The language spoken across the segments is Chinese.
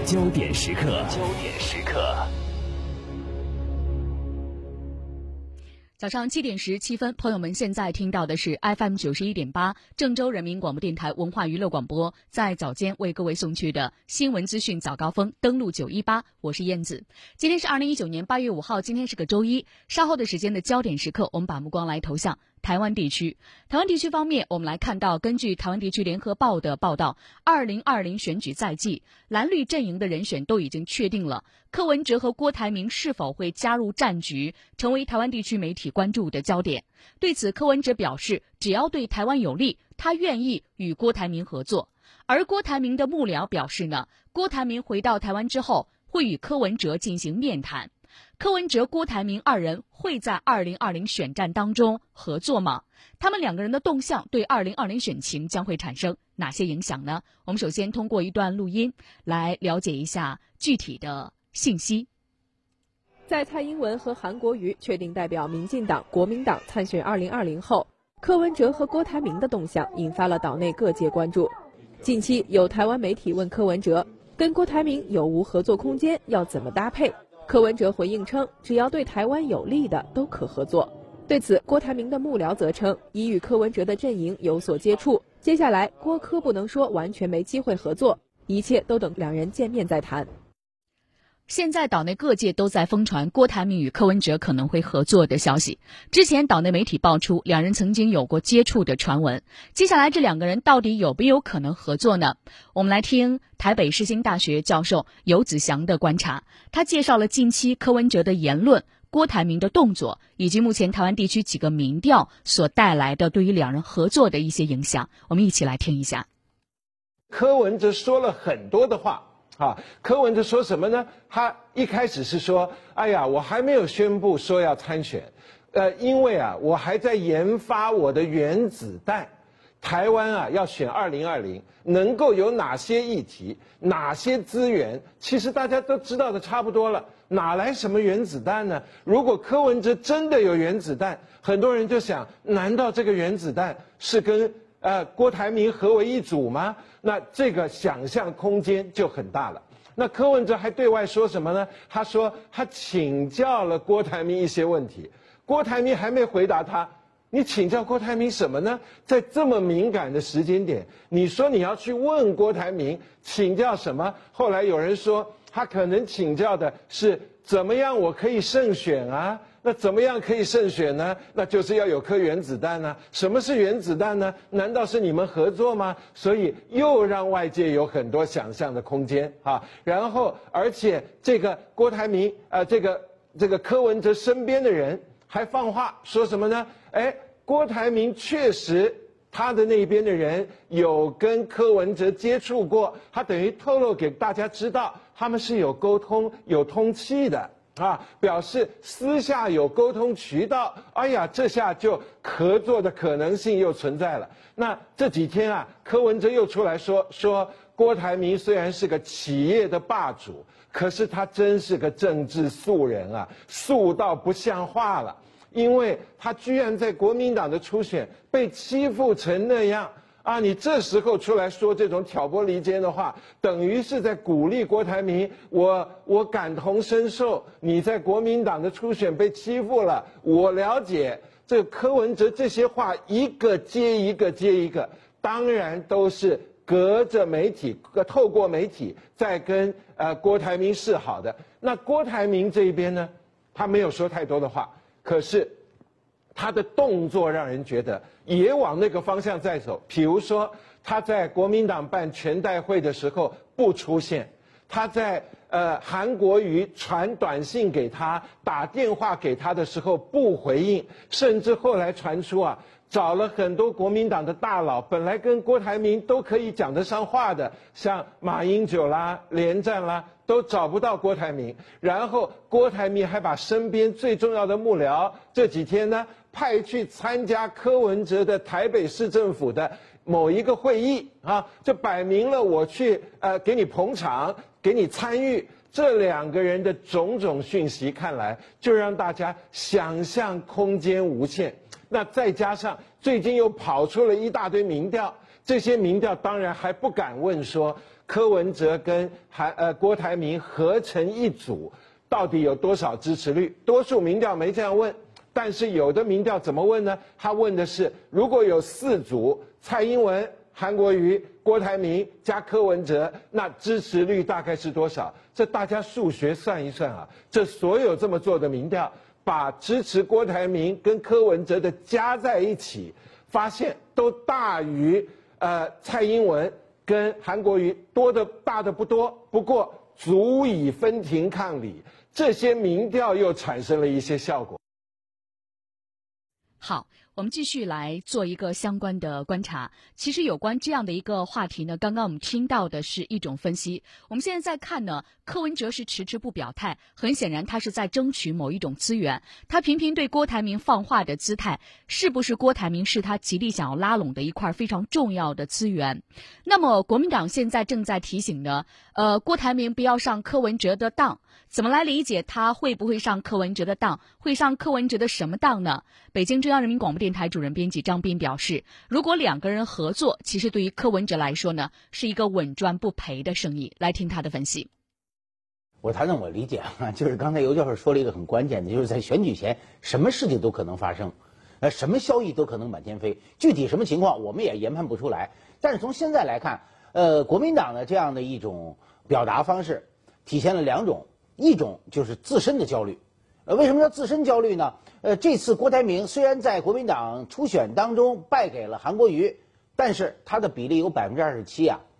焦点时刻， 早上7点17分，朋友们现在听到的是 FM 91.8郑州人民广播电台文化娱乐广播，在早间为各位送去的新闻资讯早高峰，登录918，我是燕子。今天是2019年8月5号，今天是个周一。稍后的时间的焦点时刻，我们把目光来投向台湾地区。台湾地区方面，我们来看到，根据台湾地区联合报的报道，2020选举在即，蓝绿阵营的人选都已经确定了。柯文哲和郭台铭是否会加入战局，成为台湾地区媒体关注的焦点。对此，柯文哲表示，只要对台湾有利，他愿意与郭台铭合作。而郭台铭的幕僚表示呢，郭台铭回到台湾之后，会与柯文哲进行面谈。柯文哲、郭台铭二人会在2020选战当中合作吗？他们两个人的动向对2020选情将会产生哪些影响呢？我们首先通过一段录音来了解一下具体的信息。 在蔡英文和韩国瑜确定代表民进党、国民党参选2020后，柯文哲和郭台铭的动向引发了岛内各界关注。近期有台湾媒体问柯文哲，跟郭台铭有无合作空间，要怎么搭配？柯文哲回应称，只要对台湾有利的都可合作。对此，郭台铭的幕僚则称，已与柯文哲的阵营有所接触，接下来郭柯不能说完全没机会合作，一切都等两人见面再谈。 现在岛内各界都在疯传郭台铭与柯文哲可能会合作的消息。之前岛内媒体爆出两人曾经有过接触的传闻。接下来这两个人到底有没有可能合作呢？我们来听台北世新大学教授游子祥的观察。他介绍了近期柯文哲的言论、郭台铭的动作，以及目前台湾地区几个民调所带来的对于两人合作的一些影响。我们一起来听一下。 柯文哲说了很多的话。柯文哲说什么呢？他一开始是说，哎呀，我还没有宣布说要参选，因为我还在研发我的原子弹。台湾要选2020，能够有哪些议题、哪些资源，其实大家都知道的差不多了，哪来什么原子弹呢？如果柯文哲真的有原子弹，很多人就想，难道这个原子弹是跟郭台铭合为一组吗？那这个想象空间就很大了。那柯文哲还对外说什么呢？他说他请教了郭台铭一些问题，郭台铭还没回答他。你请教郭台铭什么呢？在这么敏感的时间点，你说你要去问郭台铭请教什么？后来有人说他可能请教的是怎么样我可以胜选啊？那怎么样可以胜选呢？那就是要有颗原子弹啊！什么是原子弹呢？难道是你们合作吗？所以又让外界有很多想象的空间啊。然后，而且这个郭台铭这个柯文哲身边的人还放话说什么呢？郭台铭确实他的那边的人有跟柯文哲接触过，他等于透露给大家知道，他们是有沟通、有通气的。表示私下有沟通渠道，哎呀，这下就合作的可能性又存在了。那这几天柯文哲又出来说郭台铭虽然是个企业的霸主，可是他真是个政治素人素到不像话了，因为他居然在国民党的初选被欺负成那样。你这时候出来说这种挑拨离间的话，等于是在鼓励郭台铭。我感同身受，你在国民党的初选被欺负了，我了解。这个柯文哲这些话一个接一个接一个，当然都是隔着媒体，透过媒体在跟郭台铭示好的。那郭台铭这一边呢，他没有说太多的话，可是他的动作让人觉得也往那个方向在走。比如说他在国民党办全代会的时候不出现，他在韩国瑜传短信给他、打电话给他的时候不回应，甚至后来传出找了很多国民党的大佬，本来跟郭台铭都可以讲得上话的，像马英九啦、连战啦，都找不到郭台铭。然后郭台铭还把身边最重要的幕僚这几天呢派去参加柯文哲的台北市政府的某一个会议就摆明了我去给你捧场，给你参与。这两个人的种种讯息看来，就让大家想象空间无限。那再加上最近又跑出了一大堆民调，这些民调当然还不敢问说柯文哲跟郭台铭合成一组，到底有多少支持率？多数民调没这样问，但是有的民调怎么问呢？他问的是，如果有4组，蔡英文、韩国瑜、郭台铭加柯文哲，那支持率大概是多少？这大家数学算一算啊，这所有这么做的民调，把支持郭台铭跟柯文哲的加在一起，发现都大于蔡英文跟韩国瑜，大的不多，不过足以分庭抗礼。这些民调又产生了一些效果。 好，我们继续来做一个相关的观察。其实有关这样的一个话题呢，刚刚我们听到的是一种分析。我们现在在看呢，柯文哲是迟迟不表态，很显然他是在争取某一种资源。他频频对郭台铭放话的姿态，是不是郭台铭是他极力想要拉拢的一块非常重要的资源？那么国民党现在正在提醒呢，郭台铭不要上柯文哲的当。怎么来理解他会不会上柯文哲的当？会上柯文哲的什么当呢？北京中央人民广播电台主任编辑张斌表示，如果2个人合作，其实对于柯文哲来说呢，是一个稳赚不赔的生意。来听他的分析。 我谈谈我理解啊，就是刚才尤教授说了一个很关键的，就是在选举前，什么事情都可能发生，什么消息都可能满天飞。具体什么情况我们也研判不出来。但是从现在来看，国民党的这样的一种表达方式，体现了2种。一种就是自身的焦虑，为什么叫自身焦虑呢？这次郭台铭虽然在国民党初选当中败给了韩国瑜，但是他的比例有27%啊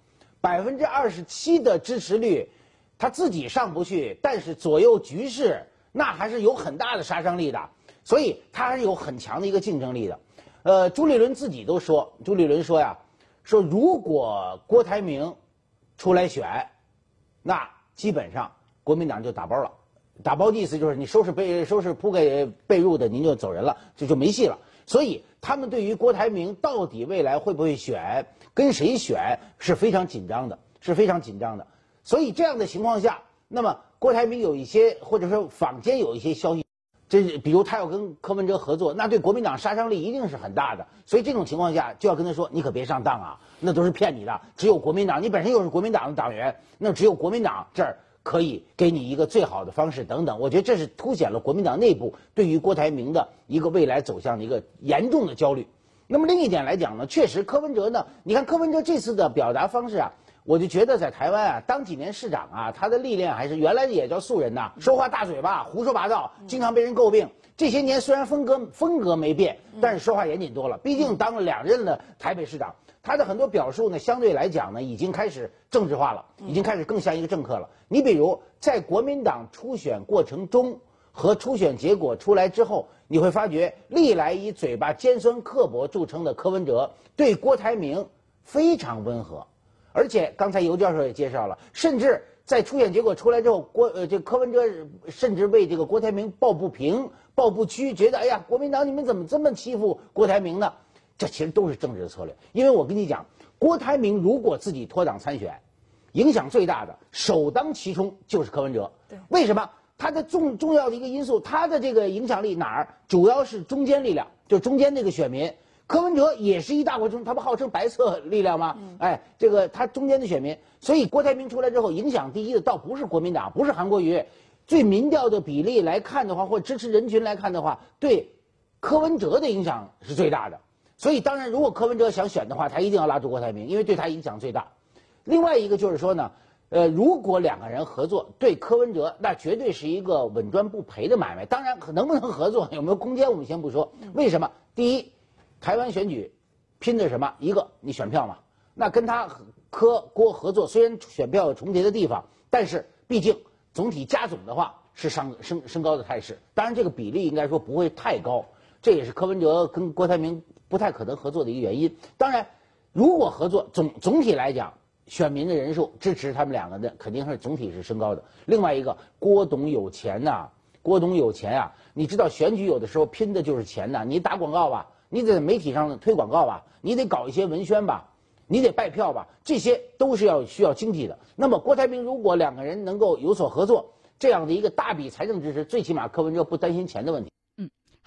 ，27%的支持率，他自己上不去，但是左右局势那还是有很大的杀伤力的，所以他还是有很强的一个竞争力的。朱立伦自己都说，朱立伦说呀，说如果郭台铭出来选，那基本上国民党就打包了，打包的意思就是你收拾铺盖被褥的，您就走人了，这就没戏了。所以他们对于郭台铭到底未来会不会选，跟谁选是非常紧张的，是非常紧张的。所以这样的情况下，那么郭台铭有一些或者说坊间有一些消息，比如他要跟柯文哲合作，那对国民党杀伤力一定是很大的。所以这种情况下就要跟他说，你可别上当啊，那都是骗你的。只有国民党，你本身又是国民党的党员，那只有国民党这儿可以给你一个最好的方式等等。我觉得这是凸显了国民党内部对于郭台铭的一个未来走向的一个严重的焦虑。那么另一点来讲呢，确实柯文哲呢，你看柯文哲这次的表达方式啊，我就觉得在台湾啊当几年市长啊，他的历练还是原来也叫素人呐，说话大嘴巴，胡说八道，经常被人诟病。这些年虽然风格没变，但是说话严谨多了，毕竟当了2任的台北市长。他的很多表述呢，相对来讲呢，已经开始政治化了，已经开始更像一个政客了。你比如在国民党初选过程中和初选结果出来之后，你会发觉历来以嘴巴尖酸刻薄著称的柯文哲对郭台铭非常温和，而且刚才尤教授也介绍了，甚至在初选结果出来之后，柯文哲甚至为这个郭台铭抱不平、抱不屈，觉得哎呀，国民党你们怎么这么欺负郭台铭呢？这其实都是政治的策略，因为我跟你讲，郭台铭如果自己脱党参选，影响最大的首当其冲就是柯文哲。对，为什么？他的重要的一个因素，他的这个影响力哪儿？主要是中间力量，就中间那个选民。柯文哲也是一大国中，他不号称白色力量吗？这个他中间的选民，所以郭台铭出来之后，影响第一的倒不是国民党，不是韩国瑜，最民调的比例来看的话，或支持人群来看的话，对柯文哲的影响是最大的。所以当然，如果柯文哲想选的话，他一定要拉住郭台铭，因为对他影响最大。另外一个就是说呢，如果2个人合作，对柯文哲那绝对是一个稳赚不赔的买卖。当然，能不能合作，有没有空间，我们先不说。为什么？第一，台湾选举拼的什么？一个你选票嘛，那跟他郭合作，虽然选票有重叠的地方，但是毕竟总体加总的话是升高的态势。当然，这个比例应该说不会太高，这也是柯文哲跟郭台铭不太可能合作的一个原因。当然，如果合作，总体来讲，选民的人数支持他们2个的肯定是总体是升高的。另外一个，郭董有钱呐，郭董有钱啊！你知道选举有的时候拼的就是钱呐，你打广告吧，你得在媒体上推广告吧，你得搞一些文宣吧，你得拜票吧，这些都是需要经济的。那么郭台铭如果2个人能够有所合作，这样的一个大笔财政支持，最起码柯文哲不担心钱的问题。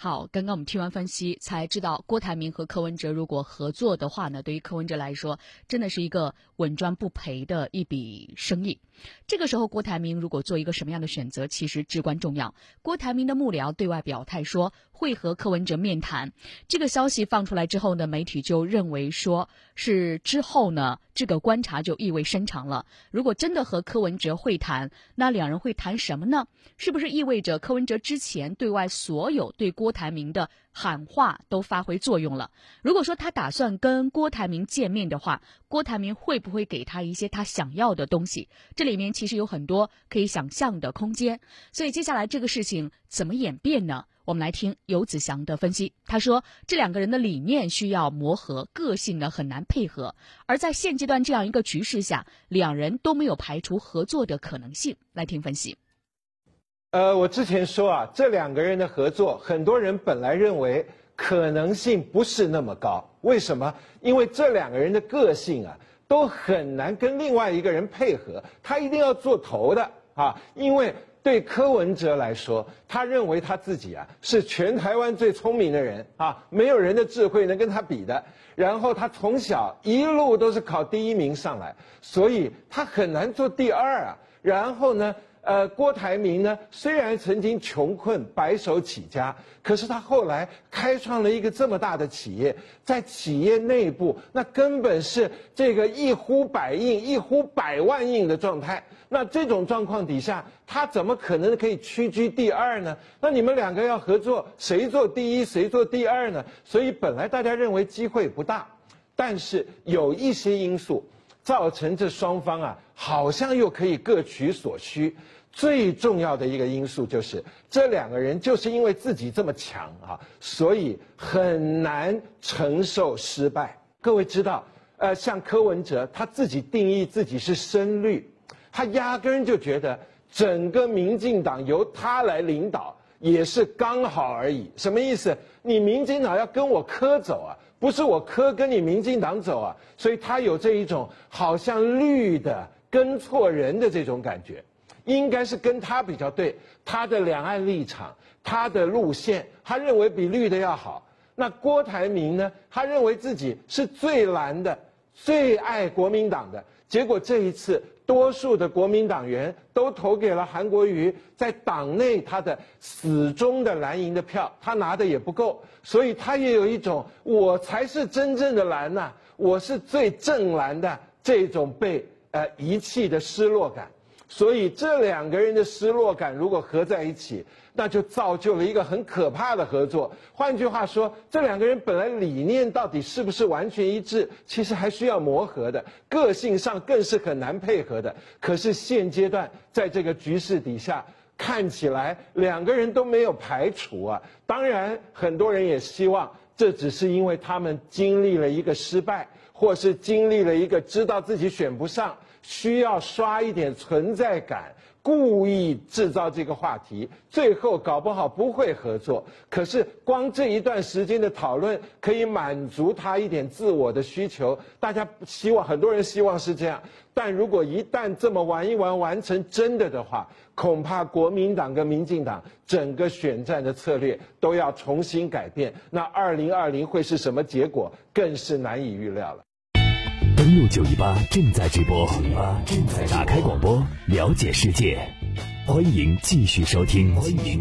好，刚刚我们听完分析，才知道郭台铭和柯文哲如果合作的话呢，对于柯文哲来说，真的是一个稳赚不赔的一笔生意。这个时候，郭台铭如果做一个什么样的选择，其实至关重要。郭台铭的幕僚对外表态说会和柯文哲面谈，这个消息放出来之后呢，媒体就认为说是之后呢，这个观察就意味深长了。如果真的和柯文哲会谈，那两人会谈什么呢？是不是意味着柯文哲之前对外所有对郭台铭的喊话都发挥作用了？如果说他打算跟郭台铭见面的话，郭台铭会不会给他一些他想要的东西？这里面其实有很多可以想象的空间。所以接下来这个事情怎么演变呢？我们来听游子祥的分析。他说，这两个人的理念需要磨合，个性呢很难配合，而在现阶段这样一个局势下，两人都没有排除合作的可能性。来听分析。 我之前说啊，这两个人的合作，很多人本来认为可能性不是那么高。为什么？因为这两个人的个性啊，都很难跟另外一个人配合，他一定要做头的啊。因为对柯文哲来说，他认为他自己啊是全台湾最聪明的人啊，没有人的智慧能跟他比的。然后他从小一路都是考第一名上来，所以他很难做第二啊。然后呢？郭台铭呢，虽然曾经穷困白手起家，可是他后来开创了一个这么大的企业，在企业内部那根本是这个一呼百应、一呼百万应的状态。那这种状况底下，他怎么可能可以屈居第二呢？那你们两个要合作，谁做第一，谁做第二呢？所以本来大家认为机会不大，但是有一些因素造成这双方啊，好像又可以各取所需。最重要的一个因素就是这两个人就是因为自己这么强啊，所以很难承受失败。各位知道，像柯文哲他自己定义自己是深绿，他压根就觉得整个民进党由他来领导也是刚好而已。什么意思？你民进党要跟我柯走啊，不是我柯跟你民进党走啊，所以他有这一种好像绿的跟错人的这种感觉。应该是跟他比较对，他的两岸立场，他的路线，他认为比绿的要好。那郭台铭呢？他认为自己是最蓝的，最爱国民党的。结果这一次，多数的国民党员都投给了韩国瑜，在党内他的死忠的蓝营的票，他拿的也不够，所以他也有一种我才是真正的蓝呐，我是最正蓝的这种被遗弃的失落感。所以这两个人的失落感如果合在一起，那就造就了一个很可怕的合作。换句话说，这两个人本来理念到底是不是完全一致，其实还需要磨合的，个性上更是很难配合的。可是现阶段在这个局势底下，看起来两个人都没有排除啊。当然，很多人也希望这只是因为他们经历了一个失败，或是经历了一个知道自己选不上，需要刷一点存在感，故意制造这个话题，最后搞不好不会合作。可是光这一段时间的讨论可以满足他一点自我的需求，大家希望，很多人希望是这样。但如果一旦这么玩一玩完成真的的话，恐怕国民党跟民进党整个选战的策略都要重新改变。那2020会是什么结果，更是难以预料了。 登录918正在直播，打开广播，了解世界。欢迎继续收听。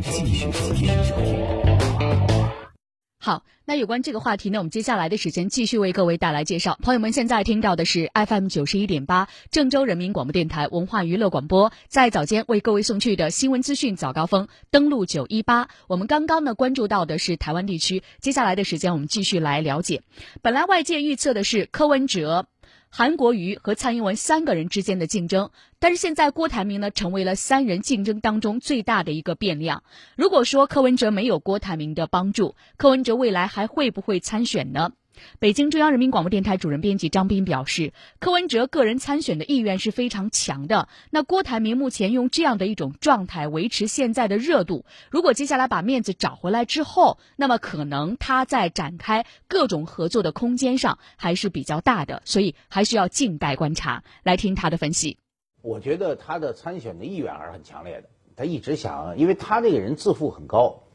好，那有关这个话题呢，我们接下来的时间继续为各位带来介绍。朋友们现在听到的是 FM 91.8郑州人民广播电台文化娱乐广播，在早间为各位送去的新闻资讯早高峰，登录918。我们刚刚呢关注到的是台湾地区，接下来的时间我们继续来了解。本来外界预测的是柯文哲、韩国瑜和蔡英文三个人之间的竞争，但是现在郭台铭呢成为了三人竞争当中最大的一个变量。如果说柯文哲没有郭台铭的帮助，柯文哲未来还会不会参选呢？北京中央人民广播电台主任编辑张斌表示，柯文哲个人参选的意愿是非常强的，那郭台铭目前用这样的一种状态维持现在的热度，如果接下来把面子找回来之后，那么可能他在展开各种合作的空间上还是比较大的，所以还需要静待观察。来听他的分析。 我觉得他的参选的意愿还是很强烈的，他一直想，因为他这个人自负很高，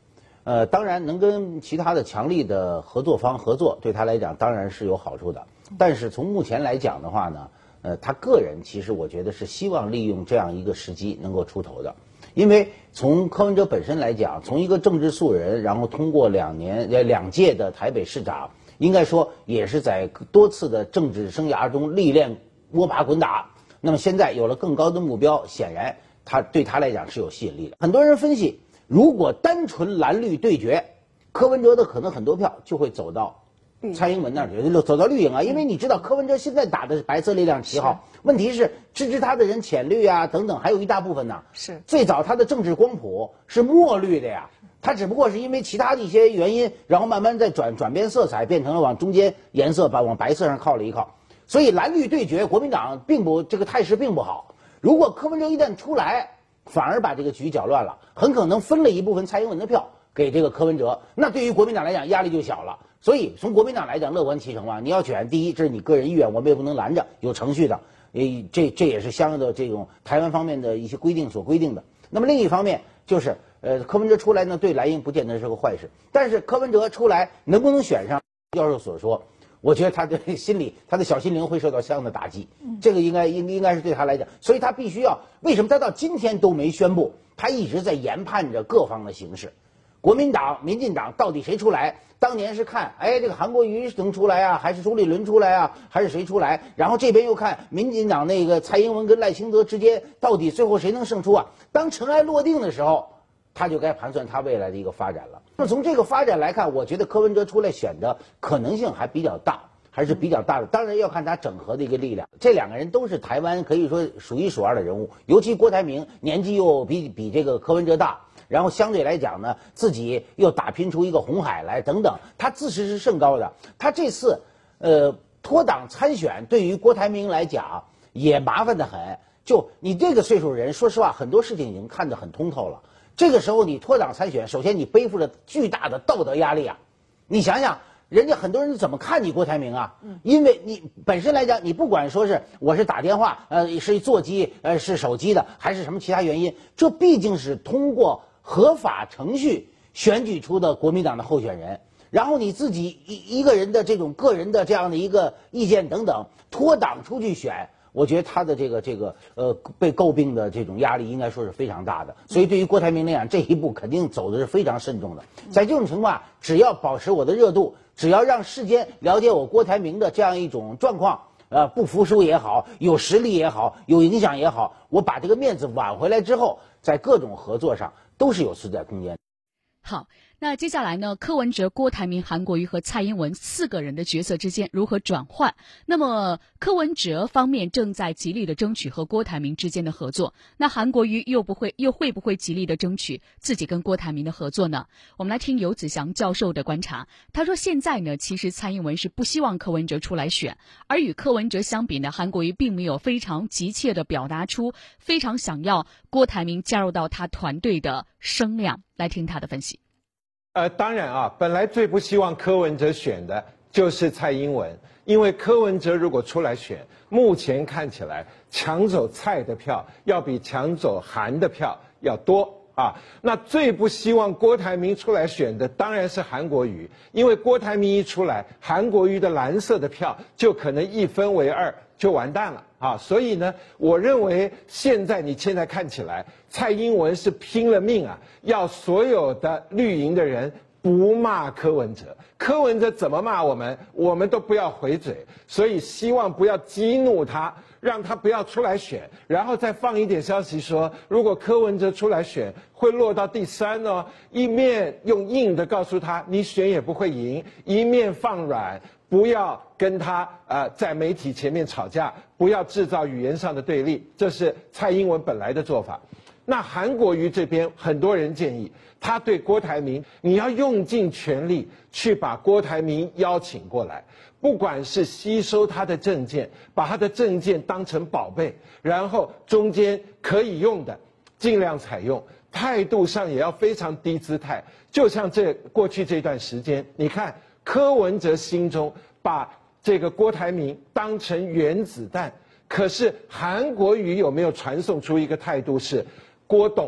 当然能跟其他的强力的合作方合作，对他来讲当然是有好处的。但是从目前来讲的话呢，他个人其实我觉得是希望利用这样一个时机能够出头的。因为从柯文哲本身来讲，从一个政治素人，然后通过两届的台北市长，应该说也是在多次的政治生涯中历练摸爬滚打。那么现在有了更高的目标，显然对他来讲是有吸引力的。很多人分析，如果单纯蓝绿对决，柯文哲的可能很多票就会走到蔡英文那儿去，走到绿营啊，因为你知道柯文哲现在打的是白色力量旗号，问题是支持他的人浅绿啊等等，还有一大部分呢。 是最早他的政治光谱是墨绿的呀，他只不过是因为其他的一些原因，然后慢慢再转变色彩，变成了往中间颜色往白色上靠了一靠。所以蓝绿对决，国民党这个态势并不好。如果柯文哲一旦出来，反而把这个局搅乱了，很可能分了一部分蔡英文的票给这个柯文哲，那对于国民党来讲压力就小了。所以从国民党来讲，乐观其成嘛。你要选第一，这是你个人意愿，我们也不能拦着，有程序的。这也是相应的这种台湾方面的一些规定所规定的。那么另一方面就是柯文哲出来呢，对蓝营不见得是个坏事。但是柯文哲出来能不能选上，教授所说，我觉得他的他的小心灵会受到相应的打击。这个应该是对他来讲，所以他必须要，为什么他到今天都没宣布？他一直在研判着各方的形势。国民党、民进党到底谁出来？当年是看，这个韩国瑜能出来啊，还是朱立伦出来啊，还是谁出来？然后这边又看民进党那个蔡英文跟赖清德之间，到底最后谁能胜出啊？当尘埃落定的时候，他就该盘算他未来的一个发展了。那么从这个发展来看，我觉得柯文哲出来选的可能性还比较大。还是比较大的，当然要看他整合的一个力量。这两个人都是台湾可以说数一数二的人物，尤其郭台铭年纪又比这个柯文哲大，然后相对来讲呢，自己又打拼出一个红海来等等，他自视是甚高的。他这次脱党参选，对于郭台铭来讲也麻烦得很。就你这个岁数人，说实话，很多事情已经看得很通透了。这个时候你脱党参选，首先你背负着巨大的道德压力啊，你想想。人家很多人怎么看你郭台铭啊？因为你本身来讲，你不管说是我是打电话，是座机，是手机的，还是什么其他原因，这毕竟是通过合法程序选举出的国民党的候选人，然后你自己一个人的这种个人的这样的一个意见等等，脱党出去选。我觉得他的这个被诟病的这种压力应该说是非常大的，所以对于郭台铭来讲，这一步肯定走的是非常慎重的。在这种情况，只要保持我的热度，只要让世间了解我郭台铭的这样一种状况，不服输也好，有实力也好，有影响也好，我把这个面子挽回来之后，在各种合作上都是有存在空间的。 好，那接下来呢，柯文哲、郭台铭、韩国瑜和蔡英文4个人的角色之间如何转换？那么柯文哲方面正在极力的争取和郭台铭之间的合作，那韩国瑜又会不会极力的争取自己跟郭台铭的合作呢？我们来听游子祥教授的观察。他说，现在呢，其实蔡英文是不希望柯文哲出来选，而与柯文哲相比呢，韩国瑜并没有非常急切的表达出非常想要郭台铭加入到他团队的声量。来听他的分析。 当然啊，本来最不希望柯文哲选的就是蔡英文，因为柯文哲如果出来选，目前看起来抢走蔡的票要比抢走韩的票要多啊。那最不希望郭台铭出来选的当然是韩国瑜，因为郭台铭一出来，韩国瑜的蓝色的票就可能一分为二，就完蛋了啊。所以呢，我认为现在看起来，蔡英文是拼了命啊，要所有的绿营的人不骂柯文哲，柯文哲怎么骂我们都不要回嘴，所以希望不要激怒他，让他不要出来选，然后再放一点消息说，如果柯文哲出来选，会落到第3哦，一面用硬的告诉他你选也不会赢，一面放软，不要跟他在媒体前面吵架，不要制造语言上的对立，这是蔡英文本来的做法。那韩国瑜这边很多人建议，他对郭台铭，你要用尽全力去把郭台铭邀请过来，不管是吸收他的政见，把他的政见当成宝贝，然后中间可以用的尽量采用，态度上也要非常低姿态。就像过去这段时间，你看柯文哲心中把这个郭台铭当成原子弹，可是韩国瑜有没有传送出一个态度是，郭董啊，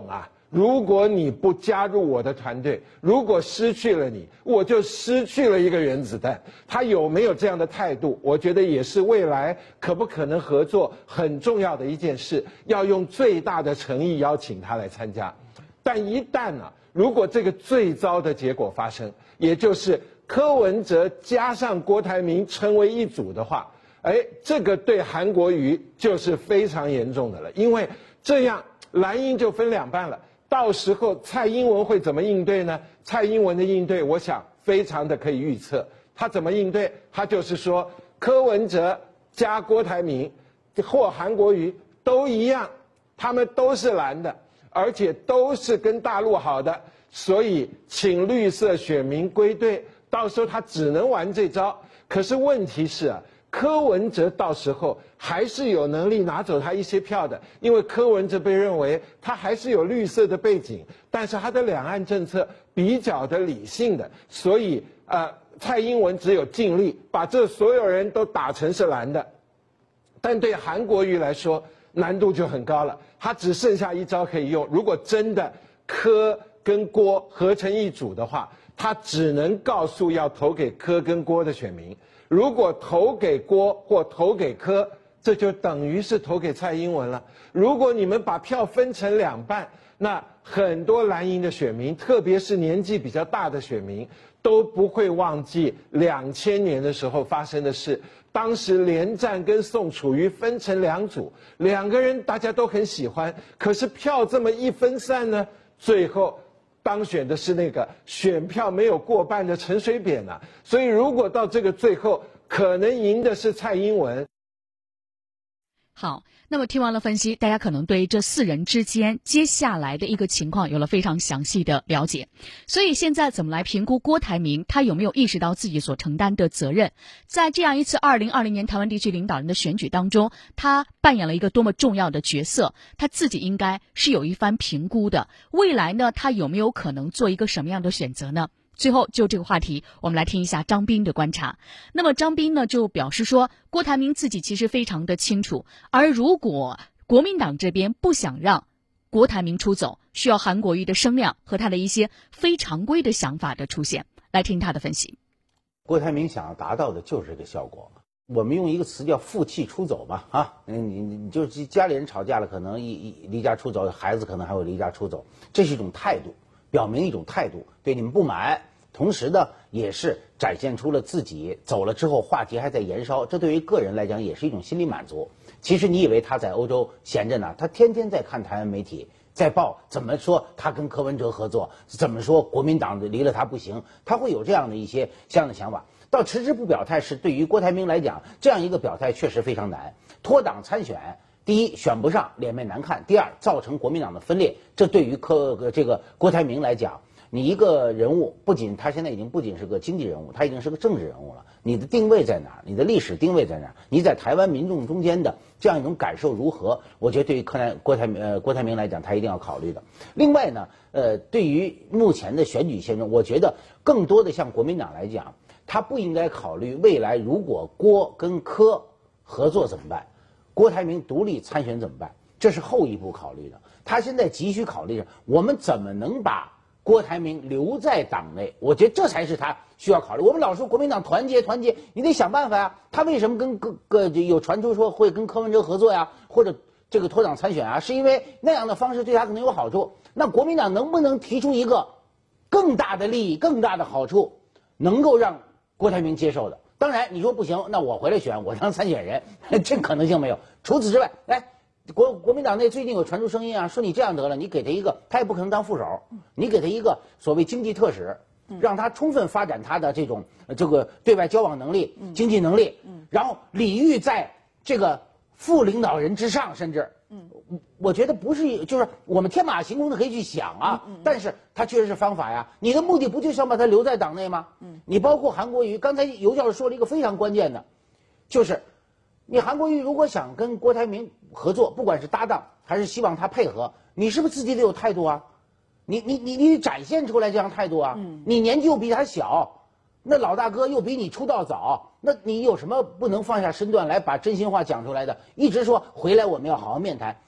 如果你不加入我的团队，如果失去了你，我就失去了一个原子弹。他有没有这样的态度？我觉得也是未来可不可能合作很重要的一件事，要用最大的诚意邀请他来参加。但一旦如果这个最糟的结果发生，也就是柯文哲加上郭台铭成为一组的话，这个对韩国瑜就是非常严重的了，因为这样蓝营就分两半了。到时候蔡英文会怎么应对呢？蔡英文的应对，我想非常的可以预测。他怎么应对？他就是说，柯文哲加郭台铭或韩国瑜都一样，他们都是蓝的，而且都是跟大陆好的，所以请绿色选民归队。到时候他只能玩这招。可是问题是柯文哲到时候还是有能力拿走他一些票的，因为柯文哲被认为他还是有绿色的背景，但是他的两岸政策比较的理性的，所以蔡英文只有尽力把这所有人都打成是蓝的。但对韩国瑜来说难度就很高了，他只剩下一招可以用。如果真的柯跟郭合成一组的话，他只能告诉要投给柯跟郭的选民，如果投给郭或投给柯，这就等于是投给蔡英文了。如果你们把票分成两半，那很多蓝营的选民，特别是年纪比较大的选民，都不会忘记2000年的时候发生的事。当时连战跟宋楚瑜分成两组，两个人大家都很喜欢，可是票这么一分散呢，最后当选的是那个选票没有过半的陈水扁啊。所以如果到这个最后，可能赢的是蔡英文。 好，那么听完了分析，大家可能对这4人之间接下来的一个情况有了非常详细的了解。所以现在怎么来评估郭台铭他有没有意识到自己所承担的责任，在这样一次2020年台湾地区领导人的选举当中，他扮演了一个多么重要的角色，他自己应该是有一番评估的。未来呢，他有没有可能做一个什么样的选择呢？最后就这个话题，我们来听一下张斌的观察。那么张斌呢就表示说，郭台铭自己其实非常的清楚，而如果国民党这边不想让郭台铭出走，需要韩国瑜的声量和他的一些非常规的想法的出现。来听他的分析。 郭台铭想要达到的就是这个效果。我们用一个词叫负气出走吧，你就是家里人吵架了，可能离家出走，孩子可能还会离家出走，这是一种态度，表明一种态度，对你们不满，同时呢，也是展现出了自己走了之后话题还在延烧，这对于个人来讲也是一种心理满足。其实你以为他在欧洲闲着呢，他天天在看台湾媒体，在报怎么说他跟柯文哲合作，怎么说国民党离了他不行，他会有这样的一些的想法。到迟迟不表态是对于郭台铭来讲，这样一个表态确实非常难。脱党参选，第一选不上，脸面难看；第二造成国民党的分裂，这对于郭台铭来讲，你一个人物，他现在已经不仅是个经济人物，他已经是个政治人物了。你的定位在哪儿？你的历史定位在哪儿？你在台湾民众中间的这样一种感受如何？我觉得对于郭台铭来讲，他一定要考虑的。另外呢，对于目前的选举现状，我觉得更多的像国民党来讲，他不应该考虑未来如果郭跟柯合作怎么办，郭台铭独立参选怎么办，这是后一步考虑的。他现在急需考虑的，我们怎么能把郭台铭留在党内，我觉得这才是他需要考虑。我们老说国民党团结，你得想办法呀。他为什么有传出说会跟柯文哲合作呀，或者这个脱党参选啊？是因为那样的方式对他可能有好处。那国民党能不能提出一个更大的利益、更大的好处，能够让郭台铭接受的？当然，你说不行，那我回来选，我当参选人，这可能性没有。除此之外，国民党内最近有传出声音啊，说你这样得了，你给他一个，他也不可能当副手，你给他一个所谓经济特使，让他充分发展他的这个对外交往能力、经济能力，然后礼遇在这个副领导人之上，甚至，我觉得不是，就是我们天马行空的可以去想啊，但是他确实是方法呀。你的目的不就想把他留在党内吗？你包括韩国瑜，刚才尤教授说了一个非常关键的，就是你韩国瑜如果想跟郭台铭合作，不管是搭档还是希望他配合，你是不是自己得有态度啊？你得展现出来这样态度啊！你年纪又比他小，那老大哥又比你出道早，那你有什么不能放下身段来把真心话讲出来的？一直说回来我们要好好面谈，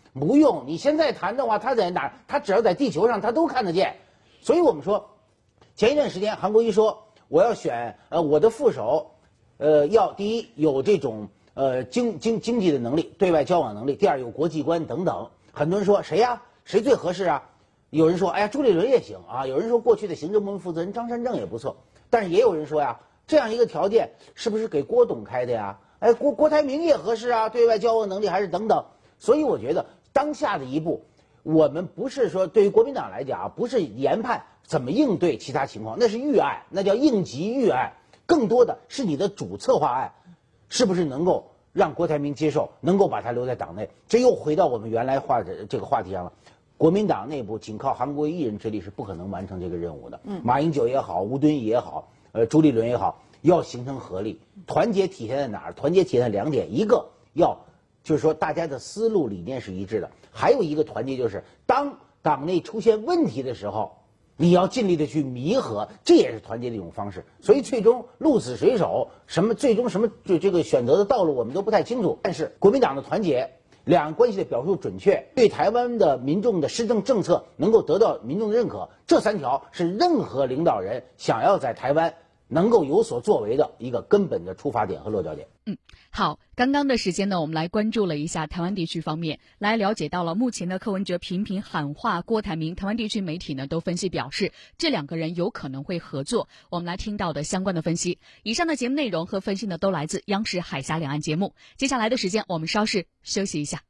不用，你现在谈的话，他在哪儿？他只要在地球上，他都看得见。所以我们说，前一段时间韩国瑜说我要选我的副手，要第一有这种经济的能力，对外交往能力；第二有国际观等等。很多人说谁呀？谁最合适啊？有人说哎呀朱立伦也行啊，有人说过去的行政部门负责人张善政也不错，但是也有人说呀，这样一个条件是不是给郭董开的呀？哎，郭台铭也合适啊，对外交往能力还是等等。所以我觉得当下的一步，我们不是说对于国民党来讲啊，不是研判怎么应对其他情况，那是预案，那叫应急预案，更多的是你的主策划案，是不是能够让郭台铭接受，能够把他留在党内？这又回到我们原来这个话题上了。国民党内部仅靠韩国瑜一人之力是不可能完成这个任务的。马英九也好，吴敦义也好，朱立伦也好，要形成合力，团结体现在哪儿？团结体现在两点，一个就是说大家的思路理念是一致的，还有一个团结就是当党内出现问题的时候，你要尽力的去弥合，这也是团结的一种方式。所以最终鹿死谁手，最终这个选择的道路我们都不太清楚。但是国民党的团结，两岸关系的表述准确，对台湾的民众的施政政策能够得到民众的认可，这三条是任何领导人想要在台湾能够有所作为的一个根本的出发点和落脚点。 好，刚刚的时间呢，我们来关注了一下台湾地区方面，来了解到了目前的柯文哲频频喊话郭台铭，台湾地区媒体呢都分析表示，这两个人有可能会合作。我们来听到的相关的分析，以上的节目内容和分析呢都来自央视海峡两岸节目。接下来的时间，我们稍事休息一下。